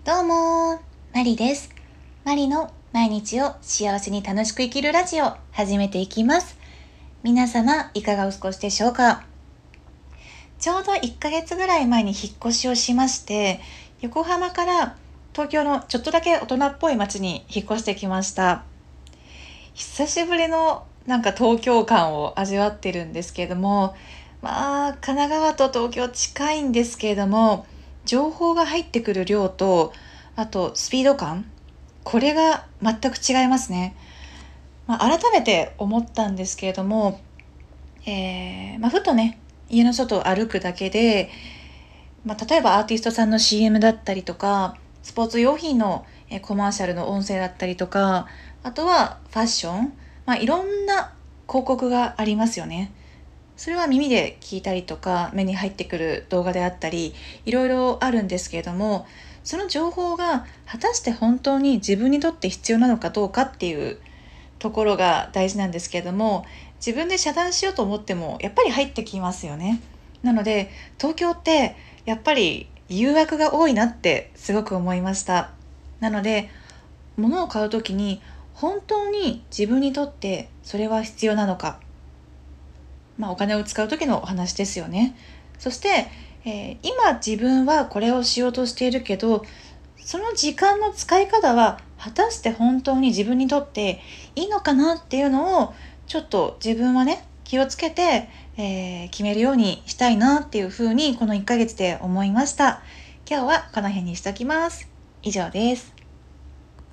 どうもマリです。マリの毎日を幸せに楽しく生きるラジオ始めていきます。皆様いかがお過ごしでしょうか。ちょうど1ヶ月ぐらい前に引っ越しをしまして、横浜から東京のちょっとだけ大人っぽい街に引っ越してきました。久しぶりの東京感を味わってるんですけれども、神奈川と東京近いんですけれども、情報が入ってくる量と、あとスピード感、これが全く違いますね。改めて思ったんですけれども、ふとね、家の外を歩くだけで、例えばアーティストさんの CM だったりとか、スポーツ用品のコマーシャルの音声だったりとか、あとはファッション、いろんな広告がありますよね。それは耳で聞いたりとか、目に入ってくる動画であったり、いろいろあるんですけれども、その情報が果たして本当に自分にとって必要なのかどうかっていうところが大事なんですけれども、自分で遮断しようと思ってもやっぱり入ってきますよね。なので東京ってやっぱり誘惑が多いなってすごく思いました。なので物を買うときに本当に自分にとってそれは必要なのか、お金を使う時のお話ですよね。そして、今自分はこれをしようとしているけど、その時間の使い方は果たして本当に自分にとっていいのかなっていうのをちょっと自分はね気をつけて、決めるようにしたいなっていうふうにこの1ヶ月で思いました。今日はこの辺にしときます。以上です。